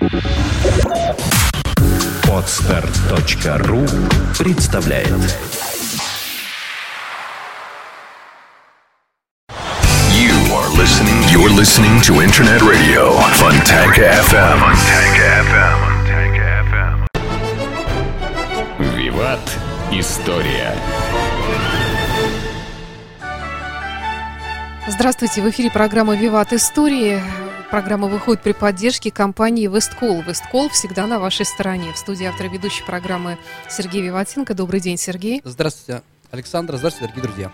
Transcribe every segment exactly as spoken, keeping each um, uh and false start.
Подстер точка ру представляет. You are listening. You're listening to Internet Radio Fontanka эф эм. Fontanka эф эм. Fontanka эф эм. Виват. История. Здравствуйте, в эфире программа «Виват. Истории». Программа выходит при поддержке компании «Весткол». «Весткол» всегда на вашей стороне. В студии автор и ведущей программы Сергей Виватенко. Добрый день, Сергей. Здравствуйте, Александра. Здравствуйте, дорогие друзья.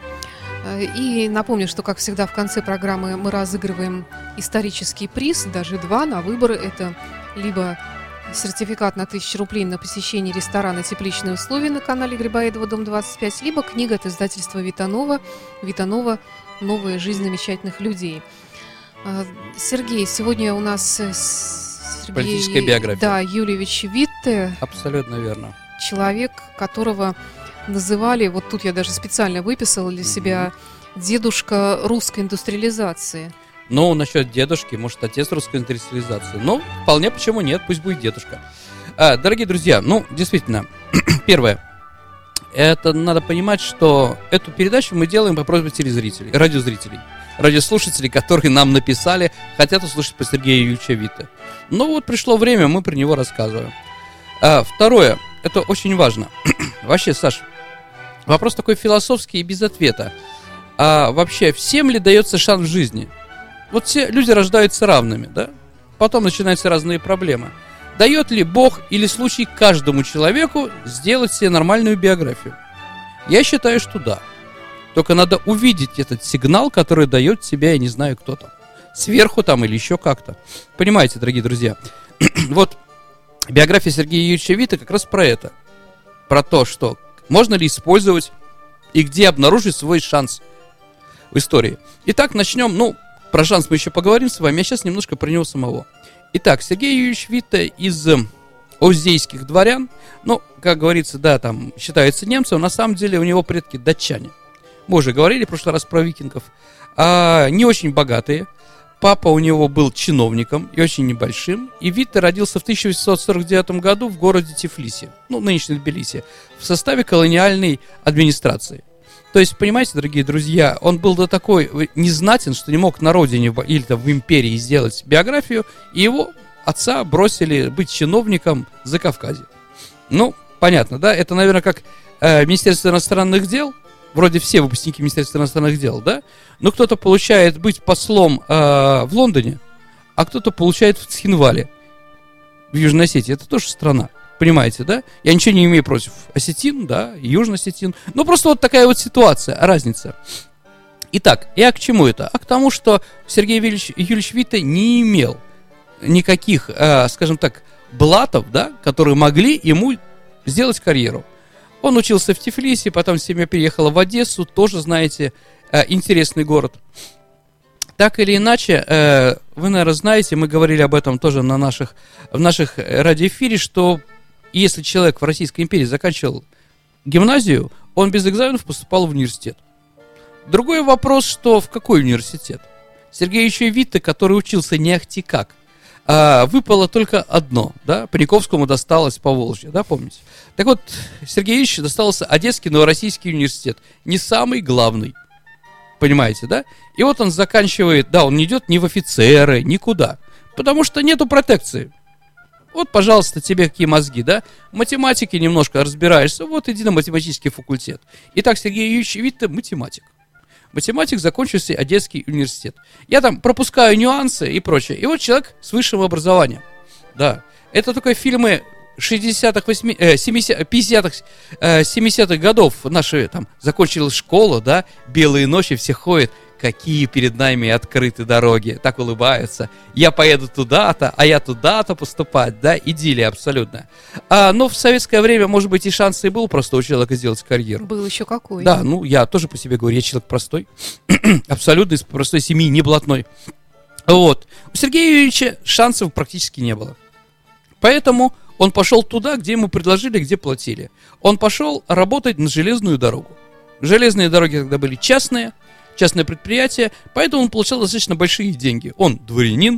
И напомню, что, как всегда, в конце программы мы разыгрываем исторический приз, даже два на выбор. Это либо сертификат на тысячу рублей на посещение ресторана «Тепличные условия» на канале Грибоедова, дом двадцать пять, либо книга от издательства «Витанова». «Витанова. Новая жизнь замечательных людей». Сергей, сегодня у нас Сергей, политическая биография. Да, Юльевич Витте. Абсолютно верно. Человек, которого называли, вот тут я даже специально выписала для себя, дедушка русской индустриализации. Ну, насчет дедушки, может, отец русской индустриализации. Ну, вполне, почему нет, пусть будет дедушка. А, дорогие друзья, ну, действительно, первое. Это надо понимать, что эту передачу мы делаем по просьбе телезрителей, радиозрителей, радиослушателей, которые нам написали, хотят услышать по Сергею Юрьевичу Витте. Ну вот пришло время, мы про него рассказываем. А, второе, это очень важно. Вообще, Саш, вопрос такой философский и без ответа. А вообще, всем ли дается шанс в жизни? Вот все люди рождаются равными, да? Потом начинаются разные проблемы. Дает ли Бог или случай каждому человеку сделать себе нормальную биографию? Я считаю, что да. Только надо увидеть этот сигнал, который дает себя, я не знаю, кто там. Сверху там или еще как-то. Понимаете, дорогие друзья? Вот биография Сергея Юрьевича Витте как раз про это. Про то, что можно ли использовать и где обнаружить свой шанс в истории. Итак, начнем. Ну, про шанс мы еще поговорим с вами, а сейчас немножко про него самого. Итак, Сергей Юрьевич Витте из оздейских дворян, ну, как говорится, да, там считается немцем, на самом деле у него предки датчане. Мы уже говорили в прошлый раз про викингов. А, не очень богатые. Папа у него был чиновником и очень небольшим. И Витте родился в тысяча восемьсот сорок девятом году в городе Тифлисе, ну, нынешнем Тбилиси, в составе колониальной администрации. То есть, понимаете, дорогие друзья, он был до такой незнатен, что не мог на родине или там в империи сделать биографию, и его отца бросили быть чиновником за Кавказе. Ну, понятно, да? Это, наверное, как э, Министерство иностранных дел, вроде все выпускники Министерства иностранных дел, да? Но кто-то получает быть послом э, в Лондоне, а кто-то получает в Цхинвале, в Южной Осетии. Это тоже страна. Понимаете, да? Я ничего не имею против осетин, да, и южно-осетин. Ну, просто вот такая вот ситуация, разница. Итак, я к чему это? А к тому, что Сергей Юрьевич, Юрьевич Витте не имел никаких, э, скажем так, блатов, да, которые могли ему сделать карьеру. Он учился в Тифлисе, потом семья переехала в Одессу, тоже, знаете, э, интересный город. Так или иначе, э, вы, наверное, знаете, мы говорили об этом тоже на наших, в наших радиоэфире, что если человек в Российской империи заканчивал гимназию, он без экзаменов поступал в университет. Другой вопрос, что в какой университет? Сергею Юрьевичу Витте, который учился не ахти как, а, выпало только одно, да, Паниковскому досталось Поволжье, да, помните? Так вот, Сергею Юрьевичу достался Одесский Новороссийский университет, не самый главный, понимаете, да? И вот он заканчивает, да, он не идет ни в офицеры, никуда, потому что нету протекции. Вот, пожалуйста, тебе какие мозги, да? Математики немножко разбираешься, вот иди на математический факультет. Итак, Сергей Юрьевич Витте математик. Математик, закончился Одесский университет. Я там пропускаю нюансы и прочее. И вот человек с высшим образованием. Да, это только фильмы шестидесятых, семидесятых, пятидесятых, семидесятых годов. Наши там закончилась школа, да, белые ночи, все ходят. Какие перед нами открыты дороги, так улыбаются. Я поеду туда-то, а я туда-то поступать, да, идиллия абсолютно. А, но в советское время, может быть, и шанс и был просто у человека сделать карьеру. Был еще какой. Да, ну, я тоже по себе говорю, я человек простой, абсолютно из простой семьи, не блатной. Вот. У Сергея Юрьевича шансов практически не было. Поэтому он пошел туда, где ему предложили, где платили. Он пошел работать на железную дорогу. Железные дороги тогда были частные, частное предприятие, поэтому он получал достаточно большие деньги. Он дворянин,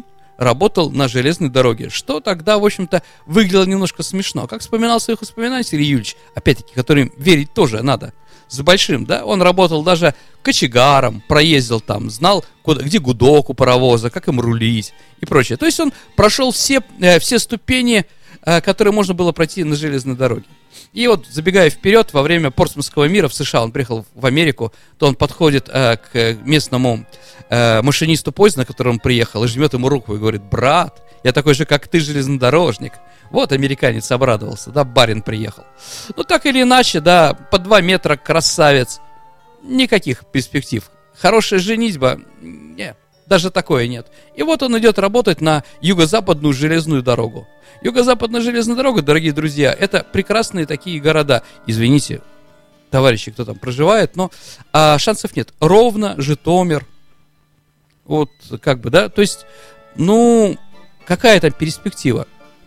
работал на железной дороге, что тогда, в общем-то, выглядело немножко смешно. Как вспоминал в своих воспоминаниях Сергей Юрьевич, опять-таки, которым верить тоже надо, с большим, да, он работал даже кочегаром, проездил там, знал, куда, где гудок у паровоза, как им рулить и прочее. То есть он прошел все, э, все ступени, э, которые можно было пройти на железной дороге. И вот, забегая вперед, во время Портсмутского мира в США, он приехал в Америку, то он подходит э, к местному э, машинисту поезда, на котором он приехал, и жмет ему руку и говорит: брат, я такой же, как ты, железнодорожник. Вот американец обрадовался, да, барин приехал. Ну, так или иначе, да, по два метра красавец, никаких перспектив. Хорошая женитьба, не, даже такое нет. И вот он идет работать на юго-западную железную дорогу. Юго-западная железная дорога, дорогие друзья, это прекрасные такие города. Извините, товарищи, кто там проживает, но а, шансов нет. Ровно, Житомир, вот как бы, да, то есть, ну, какая там перспектива?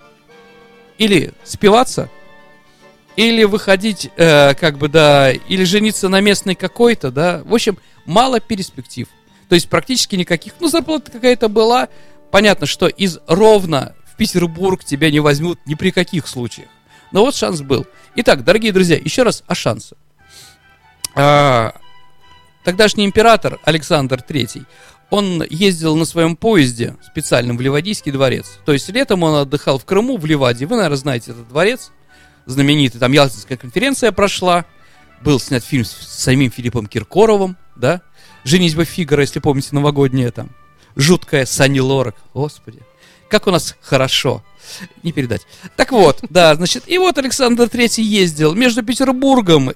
Или спиваться, или выходить, э, как бы, да, или жениться на местной какой-то, да. В общем, мало перспектив. То есть практически никаких. Ну, зарплата какая-то была. Понятно, что из Ровно в Петербург тебя не возьмут ни при каких случаях. Но вот шанс был. Итак, дорогие друзья, еще раз о шансе. А, тогдашний император Александр Третий, он ездил на своем поезде специальном в Ливадийский дворец. То есть летом он отдыхал в Крыму, в Ливадии. Вы, наверное, знаете этот дворец знаменитый. Там Ялтинская конференция прошла. Был снят фильм с самим Филиппом Киркоровым, да? «Женитьба Фигаро», если помните, новогодняя там. Жуткая, Санни Лорак. Господи, как у нас хорошо. Не передать. Так вот, да, значит, и вот Александр Третий ездил между Петербургом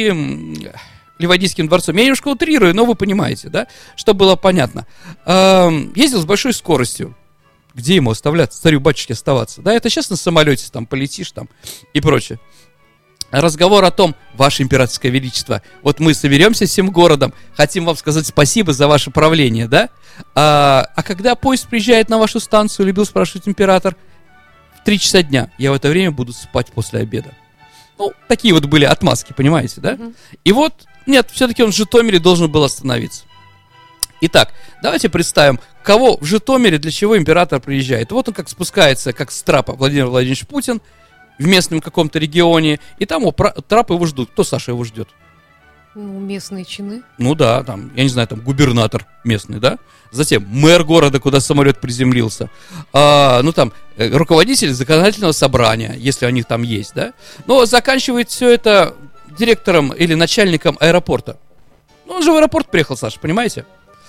и Ливадийским дворцом. Я немножко утрирую, но вы понимаете, да, чтобы было понятно. Эм, ездил с большой скоростью. Где ему оставляться, царю-батюшке оставаться? Да, это сейчас на самолете там полетишь там и прочее. Разговор о том: ваше императорское величество, вот мы соберемся всем городом, хотим вам сказать спасибо за ваше правление, да? А, а когда поезд приезжает на вашу станцию, любил спрашивать император, в три часа дня, я в это время буду спать после обеда. Ну, такие вот были отмазки, понимаете, да? Mm-hmm. И вот, нет, все-таки он в Житомире должен был остановиться. Итак, давайте представим, кого в Житомире, для чего император приезжает. Вот он как спускается, как с трапа, Владимир Владимирович Путин, в местном каком-то регионе, и там у трапа его ждут. Кто, Саша, его ждет? Ну, местные чины. Ну да, там, я не знаю, там губернатор местный, да? Затем мэр города, куда самолет приземлился. А, ну там, руководитель законодательного собрания, если они там есть, да? Но заканчивает все это директором или начальником аэропорта. Ну, он же в аэропорт приехал, Саша, понимаете?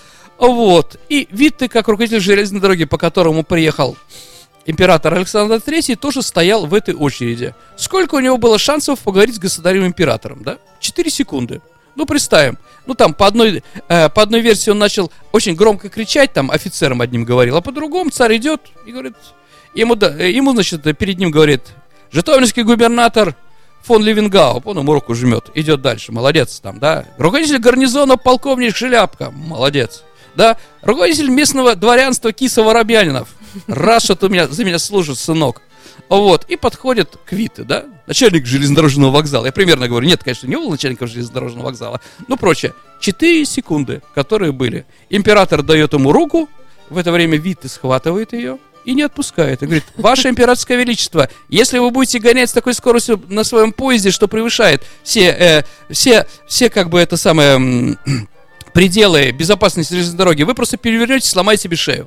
Вот. И Витте, как руководитель железной дороги, по которому приехал император Александр Третий, тоже стоял в этой очереди. Сколько у него было шансов поговорить с государем-императором, да? Четыре секунды. Ну, представим. Ну, там, по одной, э, по одной версии он начал очень громко кричать, там, офицером одним говорил, а по другому царь идет и говорит, ему, да, ему, значит, перед ним говорит, житомирский губернатор фон Левенгауп, он ему руку жмет, идет дальше, молодец там, да? Руководитель гарнизона полковник Шляпка, молодец. Да, руководитель местного дворянства Киса Воробьянинов. Раз, что ты меня, за меня служишь, сынок. Вот, и подходит к Витте, да, начальник железнодорожного вокзала. Я примерно говорю, нет, конечно, не был начальником железнодорожного вокзала, но прочее. Четыре секунды, которые были. Император дает ему руку, в это время Витте схватывает ее и не отпускает. И говорит, ваше императорское величество, если вы будете гонять с такой скоростью на своем поезде, что превышает все, э, все, все, как бы, это самое... пределы безопасности железной дороги, вы просто перевернете, сломаете себе шею.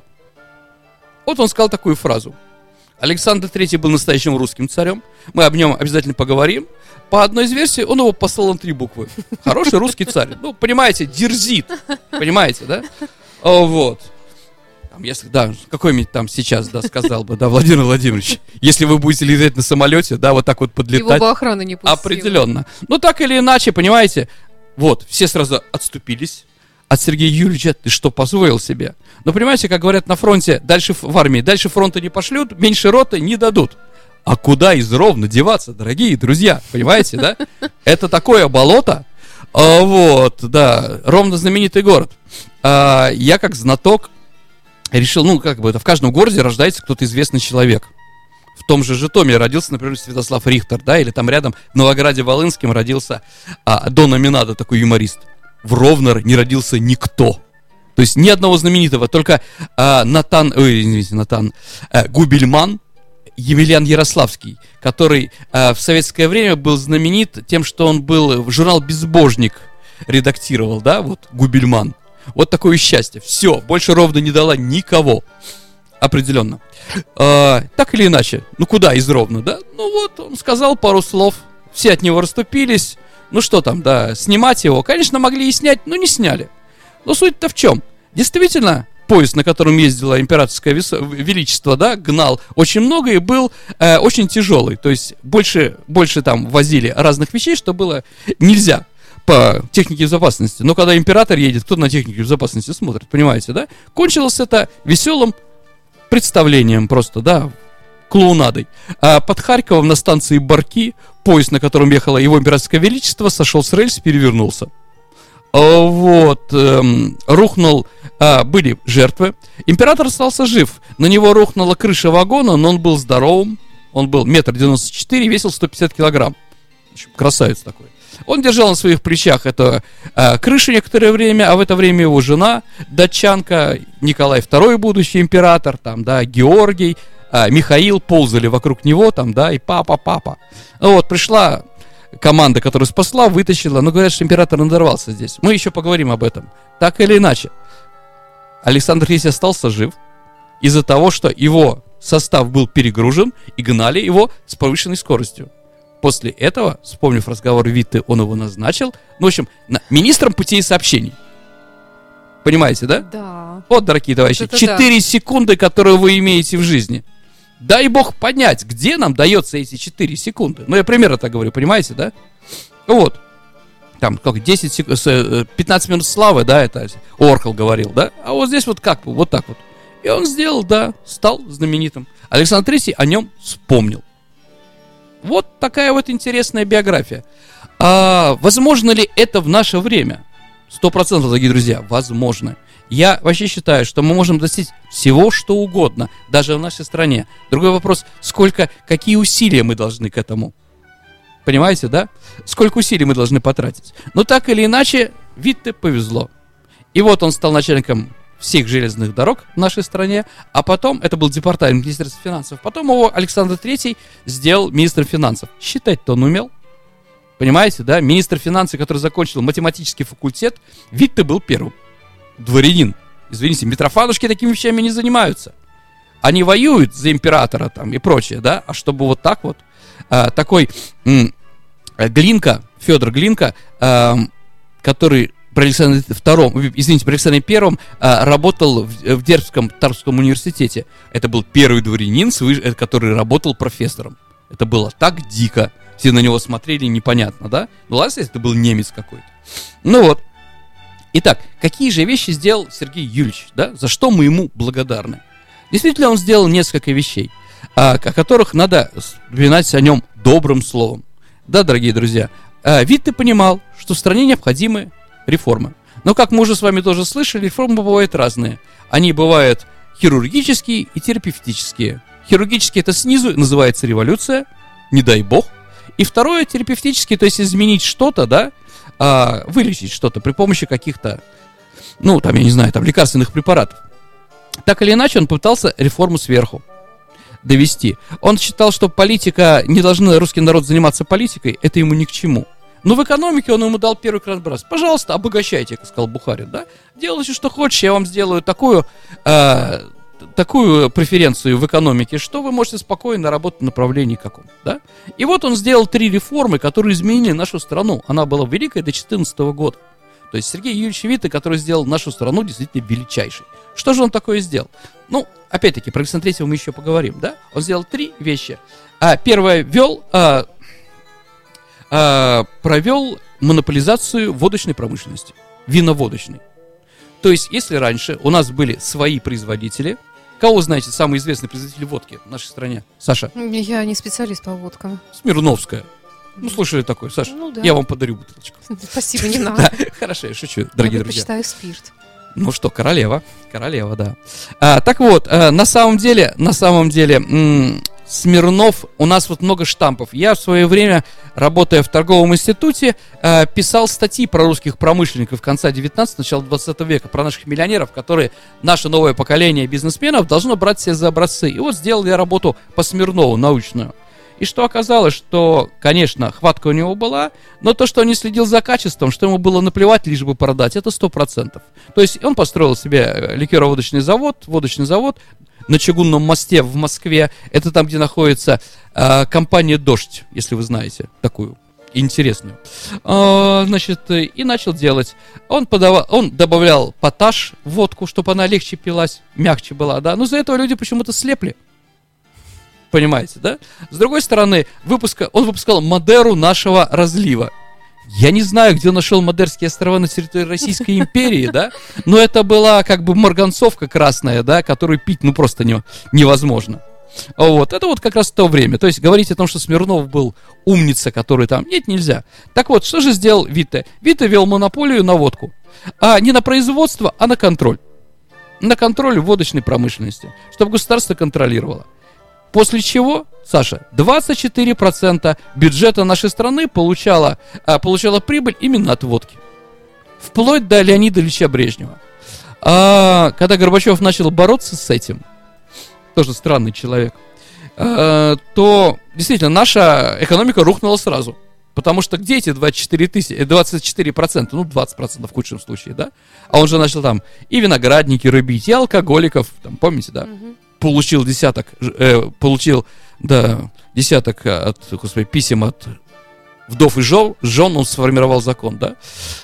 Вот он сказал такую фразу. Александр Третий был настоящим русским царем. Мы об нем обязательно поговорим. По одной из версий, он его послал на три буквы. Хороший русский царь. Ну, понимаете, дерзит. Понимаете, да? Вот. Там, если, да, какой-нибудь там сейчас, да, сказал бы, да, Владимир Владимирович, если вы будете летать на самолете, да, вот так вот подлетать. Его бы охрана не пустила. Определенно. Ну, так или иначе, понимаете, вот, все сразу отступились. От Сергея Юрьевича, ты что, позволил себе? Но понимаете, как говорят на фронте, дальше в армии, дальше фронта не пошлют, меньше роты не дадут. А куда из Ровно деваться, дорогие друзья? Понимаете, да? Это такое болото. А, вот, да, Ровно знаменитый город. А, я как знаток решил, ну, как бы это, в каждом городе рождается кто-то известный человек. В том же Житомире родился, например, Святослав Рихтер, да, или там рядом в Новограде-Волынском родился а, Дон Аминадо, такой юморист. В Ровно не родился никто. То есть ни одного знаменитого, только э, Натан, ой, извините, Натан, э, Губельман, Емельян Ярославский, который э, в советское время был знаменит тем, что он был в журнал «Безбожник» редактировал, да, вот Губельман. Вот такое счастье. Все, больше ровно не дала никого. Определенно. Э, так или иначе, ну куда из ровно, да? Ну вот, он сказал пару слов, все от него расступились. Ну что там, да, снимать его, конечно, могли и снять, но не сняли. Но суть-то в чем? Действительно, поезд, на котором ездило императорское величество, да, гнал очень много и был э, очень тяжелый. То есть больше, больше там возили разных вещей, что было нельзя по технике безопасности. Но когда император едет, кто на технике безопасности смотрит, понимаете, да? Кончилось это веселым представлением просто, да, клоунадой. А под Харьковом на станции Барки поезд, на котором ехало его императорское величество, сошел с рельс, перевернулся. Вот, эм, рухнул, а, были жертвы. Император остался жив. На него рухнула крыша вагона, но он был здоровым. Он был метр девяносто четыре, весил сто пятьдесят килограмм. Красавец такой. Он держал на своих плечах эту а, крышу некоторое время, а в это время его жена, датчанка, Николай второй, будущий император, там, да, Георгий, а, Михаил ползали вокруг него, там, да, и папа, папа. Вот, пришла команда, которая спасла, вытащила, но говорят, что император надорвался здесь. Мы еще поговорим об этом. Так или иначе, Александр третий остался жив из-за того, что его состав был перегружен и гнали его с повышенной скоростью. После этого, вспомнив разговор Витте, он его назначил, ну, в общем, министром путей сообщений. Понимаете, да? Да. Вот, дорогие товарищи, четыре секунды, которые вы имеете в жизни. Дай бог понять, где нам дается эти четыре секунды. Ну, я примерно так говорю, понимаете, да? Вот. Там, как, десять секунд, пятнадцать минут славы, да, это Орхол говорил, да? А вот здесь вот как, вот так вот. И он сделал, да, стал знаменитым. Александр третий о нем вспомнил. Вот такая вот интересная биография. А возможно ли это в наше время? Сто процентов, дорогие друзья, возможно. Я вообще считаю, что мы можем достичь всего, что угодно, даже в нашей стране. Другой вопрос, сколько, какие усилия мы должны к этому. Понимаете, да? Сколько усилий мы должны потратить. Но так или иначе, Витте повезло. И вот он стал начальником всех железных дорог в нашей стране, а потом, это был департамент Министерства финансов, потом его Александр третий сделал министром финансов. Считать-то он умел. Понимаете, да? Министр финансов, который закончил математический факультет, Витте был первым. Дворянин. Извините, Митрофанушки такими вещами не занимаются. Они воюют за императора там и прочее, да? А чтобы вот так вот, а, такой м, Глинка, Федор Глинка, а, который при Александре втором, извините, при Александре первом а, работал в, в Дербском Тарском университете. Это был первый дворянин, который работал профессором. Это было так дико. Все на него смотрели, непонятно, да? Ну ладно, если это был немец какой-то. Ну вот. Итак, какие же вещи сделал Сергей Юрьевич, да? За что мы ему благодарны? Действительно, он сделал несколько вещей, а, о которых надо вспоминать о нем добрым словом. Да, дорогие друзья, а, Витте понимал, что в стране необходимы реформы. Но, как мы уже с вами тоже слышали, реформы бывают разные. Они бывают хирургические и терапевтические. Хирургические — это снизу, называется революция, не дай бог. И второе — терапевтические, то есть изменить что-то, да, а, вылечить что-то при помощи каких-то, ну, там, я не знаю, там, лекарственных препаратов. Так или иначе, он пытался реформу сверху довести. Он считал, что политика, не должен русский народ заниматься политикой, это ему ни к чему. Но в экономике он ему дал первый красброс. Пожалуйста, обогащайте, как сказал Бухарин, да? Делайте, что хочешь, я вам сделаю такую, э, такую преференцию в экономике, что вы можете спокойно работать в направлении каком, да? И вот он сделал три реформы, которые изменили нашу страну. Она была великой до две тысячи четырнадцатого года. То есть Сергей Юрьевич Витте, который сделал нашу страну действительно величайшей. Что же он такое сделал? Ну, опять-таки, про Александра третьего мы еще поговорим, да? Он сделал три вещи. А, первое, ввел... А, провел монополизацию водочной промышленности, виноводочной. То есть, если раньше у нас были свои производители, кого знаете, самый известный производитель водки в нашей стране? Саша? Я не специалист по водкам. Смирновская. Ну, слушали такое, Саша? Ну, да. Я вам подарю бутылочку. Спасибо, не надо. Хорошо, я шучу, дорогие я друзья. Я предпочитаю спирт. Ну что, королева, королева, да. А, так вот, а, на самом деле, на самом деле, м- Смирнов, у нас вот много штампов. Я в свое время, работая в торговом институте, э, писал статьи про русских промышленников конца девятнадцатого, начала двадцатого века, про наших миллионеров, которые, наше новое поколение бизнесменов должно брать себе за образцы. И вот сделал я работу по Смирнову, научную. И что оказалось, что, конечно, хватка у него была, но то, что он не следил за качеством, что ему было наплевать, лишь бы продать, это сто процентов. То есть он построил себе ликероводочный завод, водочный завод на чугунном мосте в Москве. Это там, где находится э, компания «Дождь», если вы знаете такую интересную. Э, значит, и начал делать. Он, подавал, он добавлял поташ в водку, чтобы она легче пилась, мягче была, да. Но за этого люди почему-то слепли. Понимаете, да? С другой стороны, выпуска, он выпускал Мадеру нашего разлива. Я не знаю, где он нашел Мадерские острова на территории Российской империи, да? Но это была как бы марганцовка красная, да, которую пить, ну, просто не, невозможно. Вот, это вот как раз то время. То есть говорить о том, что Смирнов был умница, который там... Нет, нельзя. Так вот, что же сделал Витте? Витте вел монополию на водку. А не на производство, а на контроль. На контроль водочной промышленности. Чтобы государство контролировало. После чего, Саша, двадцать четыре процента бюджета нашей страны получало, а, получало прибыль именно от водки. Вплоть до Леонида Ильича Брежнева. А, когда Горбачев начал бороться с этим, тоже странный человек, а, то действительно наша экономика рухнула сразу. Потому что где эти двадцать четыре тысячи, двадцать четыре процента, ну двадцать процентов в худшем случае, да? А он же начал там и виноградники рубить, и алкоголиков, там, помните, да? Угу. Получил десяток, э, получил, да, десяток от, господи, писем от вдов и жен, жен, он сформировал закон, да.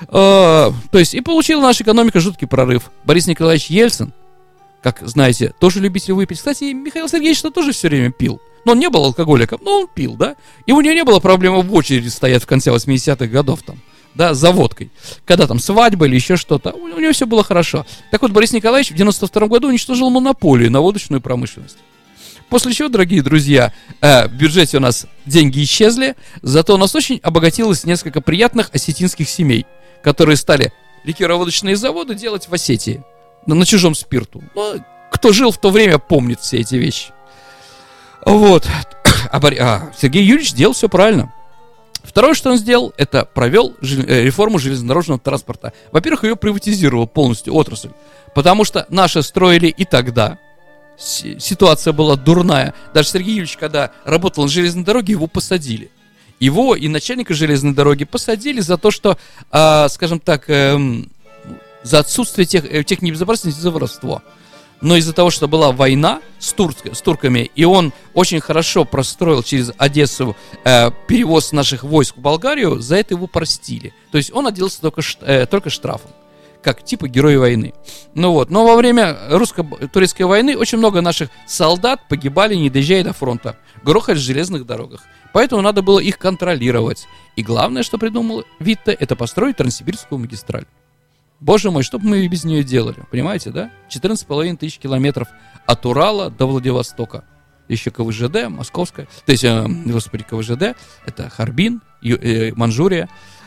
Э, то есть, и получила наша экономика жуткий прорыв. Борис Николаевич Ельцин, как знаете, тоже любитель выпить. Кстати, Михаил Сергеевич тоже все время пил. Но он не был алкоголиком, но он пил, да. И у него не было проблемы в очереди стоять в конце восьмидесятых годов там. Да, за водкой. Когда там свадьба или еще что-то, у него все было хорошо. Так вот, Борис Николаевич в девяносто втором году уничтожил монополию на водочную промышленность. После чего, дорогие друзья, э, в бюджете у нас деньги исчезли, зато у нас очень обогатилось несколько приятных осетинских семей, которые стали ликероводочные заводы делать в Осетии, на, на чужом спирту. Ну, кто жил в то время, помнит все эти вещи. Вот. А, а Сергей Юрьевич делал все правильно. Второе, что он сделал, это провел жел... реформу железнодорожного транспорта. Во-первых, ее приватизировал полностью отрасль, потому что наши строили и тогда. С... Ситуация была дурная. Даже Сергей Юрьевич, когда работал на железной дороге, его посадили. Его и начальника железной дороги посадили за то, что, э, скажем так, э, за отсутствие тех, э, техники безопасности, за воровство. Но из-за того, что была война с, турк, с турками, и он очень хорошо простроил через Одессу э, перевоз наших войск в Болгарию, за это его простили. То есть он отделался только, э, только штрафом, как типа герой войны. Ну вот. Но во время русско-турецкой войны очень много наших солдат погибали, не доезжая до фронта, грохались в железных дорогах. Поэтому надо было их контролировать. И главное, что придумал Витте, это построить Транссибирскую магистраль. Боже мой, что бы мы без нее делали, понимаете, да? четырнадцать с половиной тысяч километров от Урала до Владивостока. Еще ка вэ жэ дэ, Московская, то есть, э, господи, ка вэ жэ дэ, это Харбин, Ю, э, Манчжурия.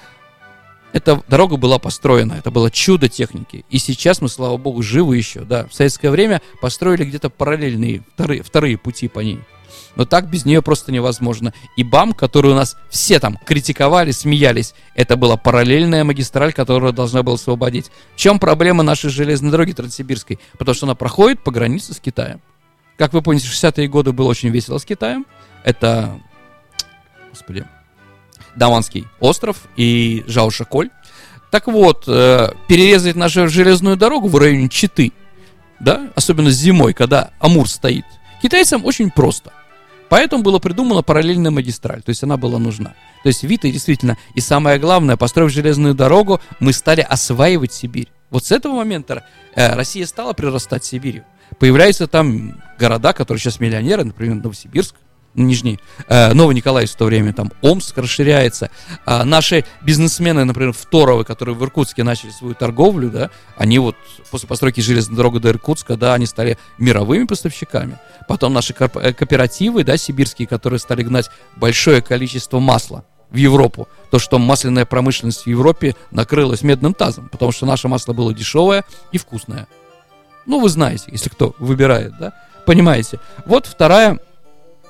Эта дорога была построена, это было чудо техники. И сейчас мы, слава богу, живы еще, да. В советское время построили где-то параллельные, вторые, вторые пути по ней. Но так без нее просто невозможно. И БАМ, который у нас все там критиковали, смеялись, это была параллельная магистраль, которую должна была освободить. В чем проблема нашей железной дороги Транссибирской? Потому что она проходит по границе с Китаем. Как вы помните, в шестидесятые годы было очень весело с Китаем. Это, господи, Даманский остров и Жао-Шаколь. Так вот, э, перерезать нашу железную дорогу в районе Читы, да, особенно зимой, когда Амур стоит, китайцам очень просто. Поэтому была придумана параллельная магистраль, то есть она была нужна. То есть Витте действительно, и самое главное, построив железную дорогу, мы стали осваивать Сибирь. Вот с этого момента э, Россия стала прирастать Сибирью. Появляются там города, которые сейчас миллионеры, например, Новосибирск, Нижний, э, Новониколаевск в то время, там Омск расширяется. А наши бизнесмены, например, Второвы, которые в Иркутске начали свою торговлю, да, они вот после постройки железной дороги до Иркутска, да, они стали мировыми поставщиками. Потом наши кооперативы, да, сибирские, которые стали гнать большое количество масла в Европу. То, что масляная промышленность в Европе накрылась медным тазом, потому что наше масло было дешевое и вкусное. Ну, вы знаете, если кто выбирает, да, понимаете. Вот вторая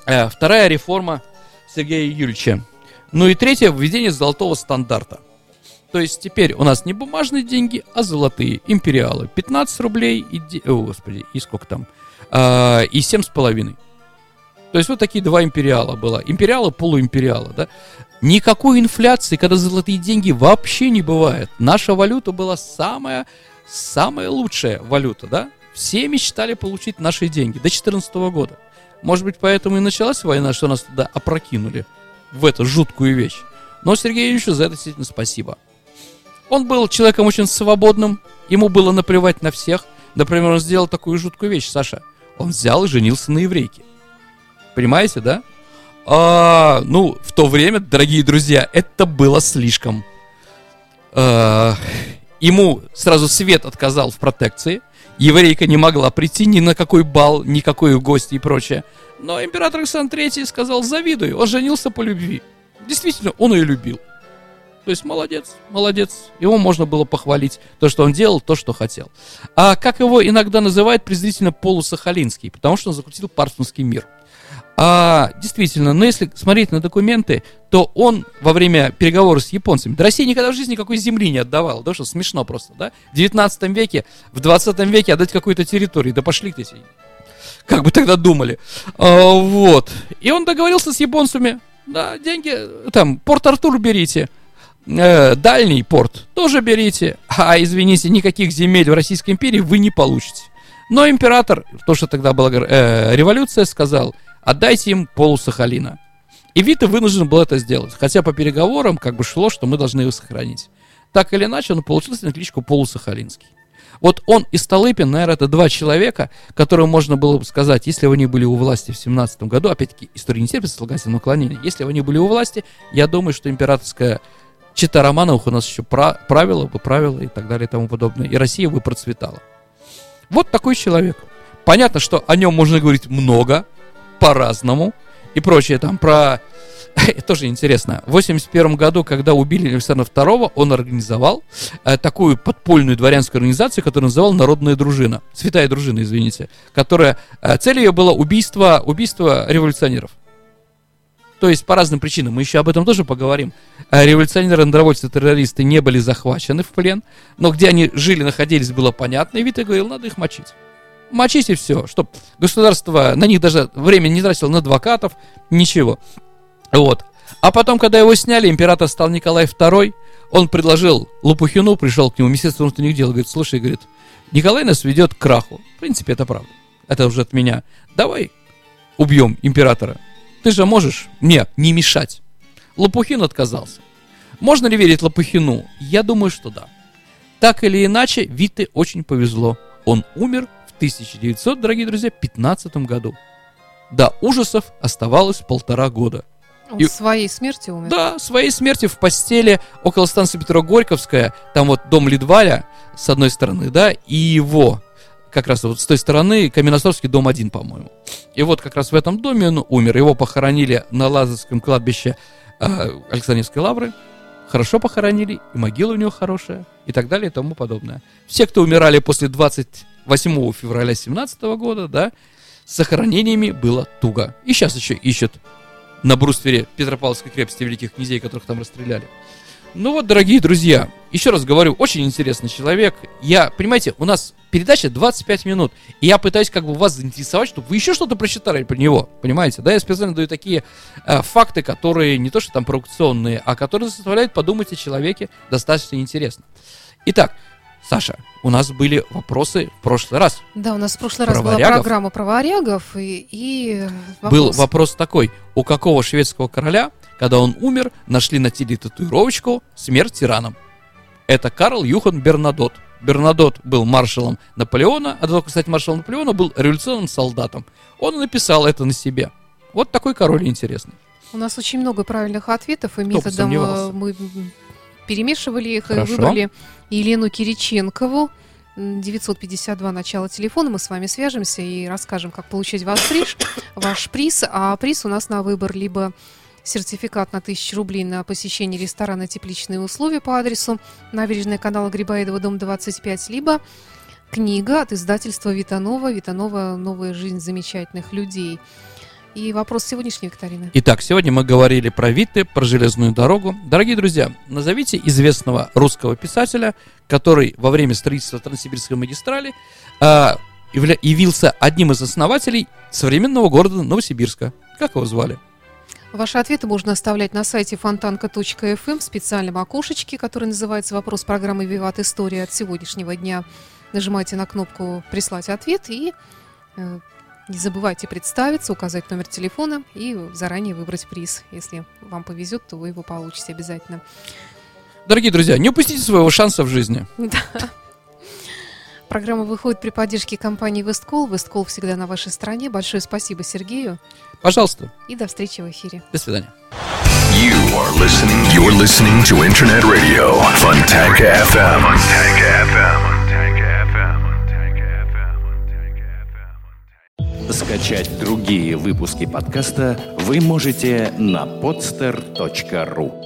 Э, вторая реформа Сергея Юрьевича. Ну и третье, введение золотого стандарта. То есть теперь у нас не бумажные деньги, а золотые, империалы. пятнадцать рублей и, де... О, господи, и сколько там? А, и семь с половиной. То есть вот такие два империала было. Империала, полуимпериала, да? Никакой инфляции, когда золотые деньги, вообще не бывает. Наша валюта была самая, самая лучшая валюта, да? Все мечтали получить наши деньги до две тысячи четырнадцатого года. Может быть, поэтому и началась война, что нас туда опрокинули в эту жуткую вещь. Но Сергею Юрьевичу за это действительно спасибо. Он был человеком очень свободным, ему было наплевать на всех. Например, он сделал такую жуткую вещь, Саша. Он взял и женился на еврейке. Понимаете, да? А, ну, в то время, дорогие друзья, это было слишком. А, ему сразу свет отказал в протекции. Еврейка не могла прийти ни на какой бал, никакой гости и прочее. Но император Александр Третий сказал: завидуй, он женился по любви. Действительно, он ее любил. То есть молодец, молодец. Его можно было похвалить. То, что он делал, то, что хотел. А как его иногда называют, презрительно полусахалинский, потому что он закрутил Парсунский мир. А, действительно, но если смотреть на документы, то он во время переговоров с японцами, да, Россия никогда в жизни никакой земли не отдавала, да, что смешно просто, да, в девятнадцатом веке, в двадцатом веке отдать какую-то территорию, да пошли ты себе, как бы тогда думали, а, вот, и он договорился с японцами, да, деньги, там, Порт-Артур берите, э, дальний порт тоже берите, а, извините, никаких земель в Российской империи вы не получите. Но император, то, что тогда была э, революция, сказал: отдайте им полу-Сахалина. И Витте вынужден был это сделать. Хотя по переговорам как бы шло, что мы должны его сохранить. Так или иначе, он получил на кличку полусахалинский. Вот он и Столыпин, наверное, это два человека, которым можно было бы сказать, если бы они были у власти в семнадцатом году, опять-таки, история не терпит слагательного наклонения, если бы они были у власти, я думаю, что императорская чета Романовых у нас еще правила бы, правила и так далее и тому подобное, и Россия бы процветала. Вот такой человек. Понятно, что о нем можно говорить много, по-разному и прочее. Там про... Тоже интересно. В восемьдесят первом году, когда убили Александра второго, он организовал э, такую подпольную дворянскую организацию, которую называл Народная дружина. Святая дружина, извините. Которая... Э, цель ее была убийство, убийство революционеров. То есть по разным причинам. Мы еще об этом тоже поговорим. Э, революционеры, добровольцы, террористы не были захвачены в плен. Но где они жили, находились, было понятно. И Витте говорил: надо их мочить. Мочить и все, чтобы государство на них даже время не тратило, на адвокатов, ничего. Вот. А потом, когда его сняли, император стал Николай второй, он предложил Лопухину, пришел к нему, Министерство внутренних дел, говорит: слушай, говорит, Николай нас ведет к краху. В принципе, это правда. Это уже от меня. Давай убьем императора. Ты же можешь мне не мешать. Лопухин отказался. Можно ли верить Лопухину? Я думаю, что да. Так или иначе, Витте очень повезло. Он умер в тысяча девятьсот, дорогие друзья, пятнадцатом году. До ужасов оставалось полтора года. Он И... своей смерти умер? Да, своей смерти в постели около станции Петрогорьковская, там вот дом Лидваля с одной стороны, да, и его, как раз вот с той стороны, Каменноостровский дом один, по-моему. И вот как раз в этом доме он умер. Его похоронили на Лазарском кладбище э, Александрийской лавры. Хорошо похоронили, и могила у него хорошая, и так далее, и тому подобное. Все, кто умирали после двадцать восьмого февраля семнадцатого года, да, с захоронениями было туго. И сейчас еще ищут на бруствере Петропавловской крепости великих князей, которых там расстреляли. Ну вот, дорогие друзья, еще раз говорю, очень интересный человек. Я, понимаете, у нас передача двадцать пять минут, и я пытаюсь как бы вас заинтересовать, чтобы вы еще что-то прочитали про него, понимаете? Да, я специально даю такие э, факты, которые не то что там провокационные, а которые заставляют подумать о человеке достаточно интересно. Итак, Саша, у нас были вопросы в прошлый раз. Да, у нас в прошлый раз Про была варягов. программа про варягов, и, и вопрос. Был вопрос такой: у какого шведского короля, когда он умер, нашли на теле татуировочку «Смерть тиранам»? Это Карл Юхан Бернадот. Бернадот был маршалом Наполеона, а только, кстати, маршал Наполеона был революционным солдатом. Он написал это на себе. Вот такой король интересный. У нас очень много правильных ответов, и Кто бы методом сомневался. мы перемешивали их Хорошо. и выбрали Елену Кириченкову. девятьсот пятьдесят два начало телефона. Мы с вами свяжемся и расскажем, как получить ваш приз, ваш приз. А приз у нас на выбор либо сертификат на тысячу рублей на посещение ресторана «Тепличные условия» по адресу набережная канала Грибоедова, дом двадцать пять, либо книга от издательства Витанова. Витанова «Новая жизнь замечательных людей». И вопрос сегодняшней викторины. Итак, сегодня мы говорили про Витте, про железную дорогу. Дорогие друзья, назовите известного русского писателя, который во время строительства Транссибирской магистрали э, явля- явился одним из основателей современного города Новосибирска. Как его звали? Ваши ответы можно оставлять на сайте фонтанка точка эф эм в специальном окошечке, которое называется «Вопрос программы «Виват История» от сегодняшнего дня». Нажимайте на кнопку «Прислать ответ» и э, не забывайте представиться, указать номер телефона и заранее выбрать приз. Если вам повезет, то вы его получите обязательно. Дорогие друзья, не упустите своего шанса в жизни. Да. Программа выходит при поддержке компании Весткол. Весткол всегда на вашей стороне. Большое спасибо Сергею. Пожалуйста. И до встречи в эфире. До свидания. You are listening. You're listening to Internet Radio Fontanka эф эм. Fontanka эф эм. Скачать другие выпуски подкаста вы можете на podster точка ру.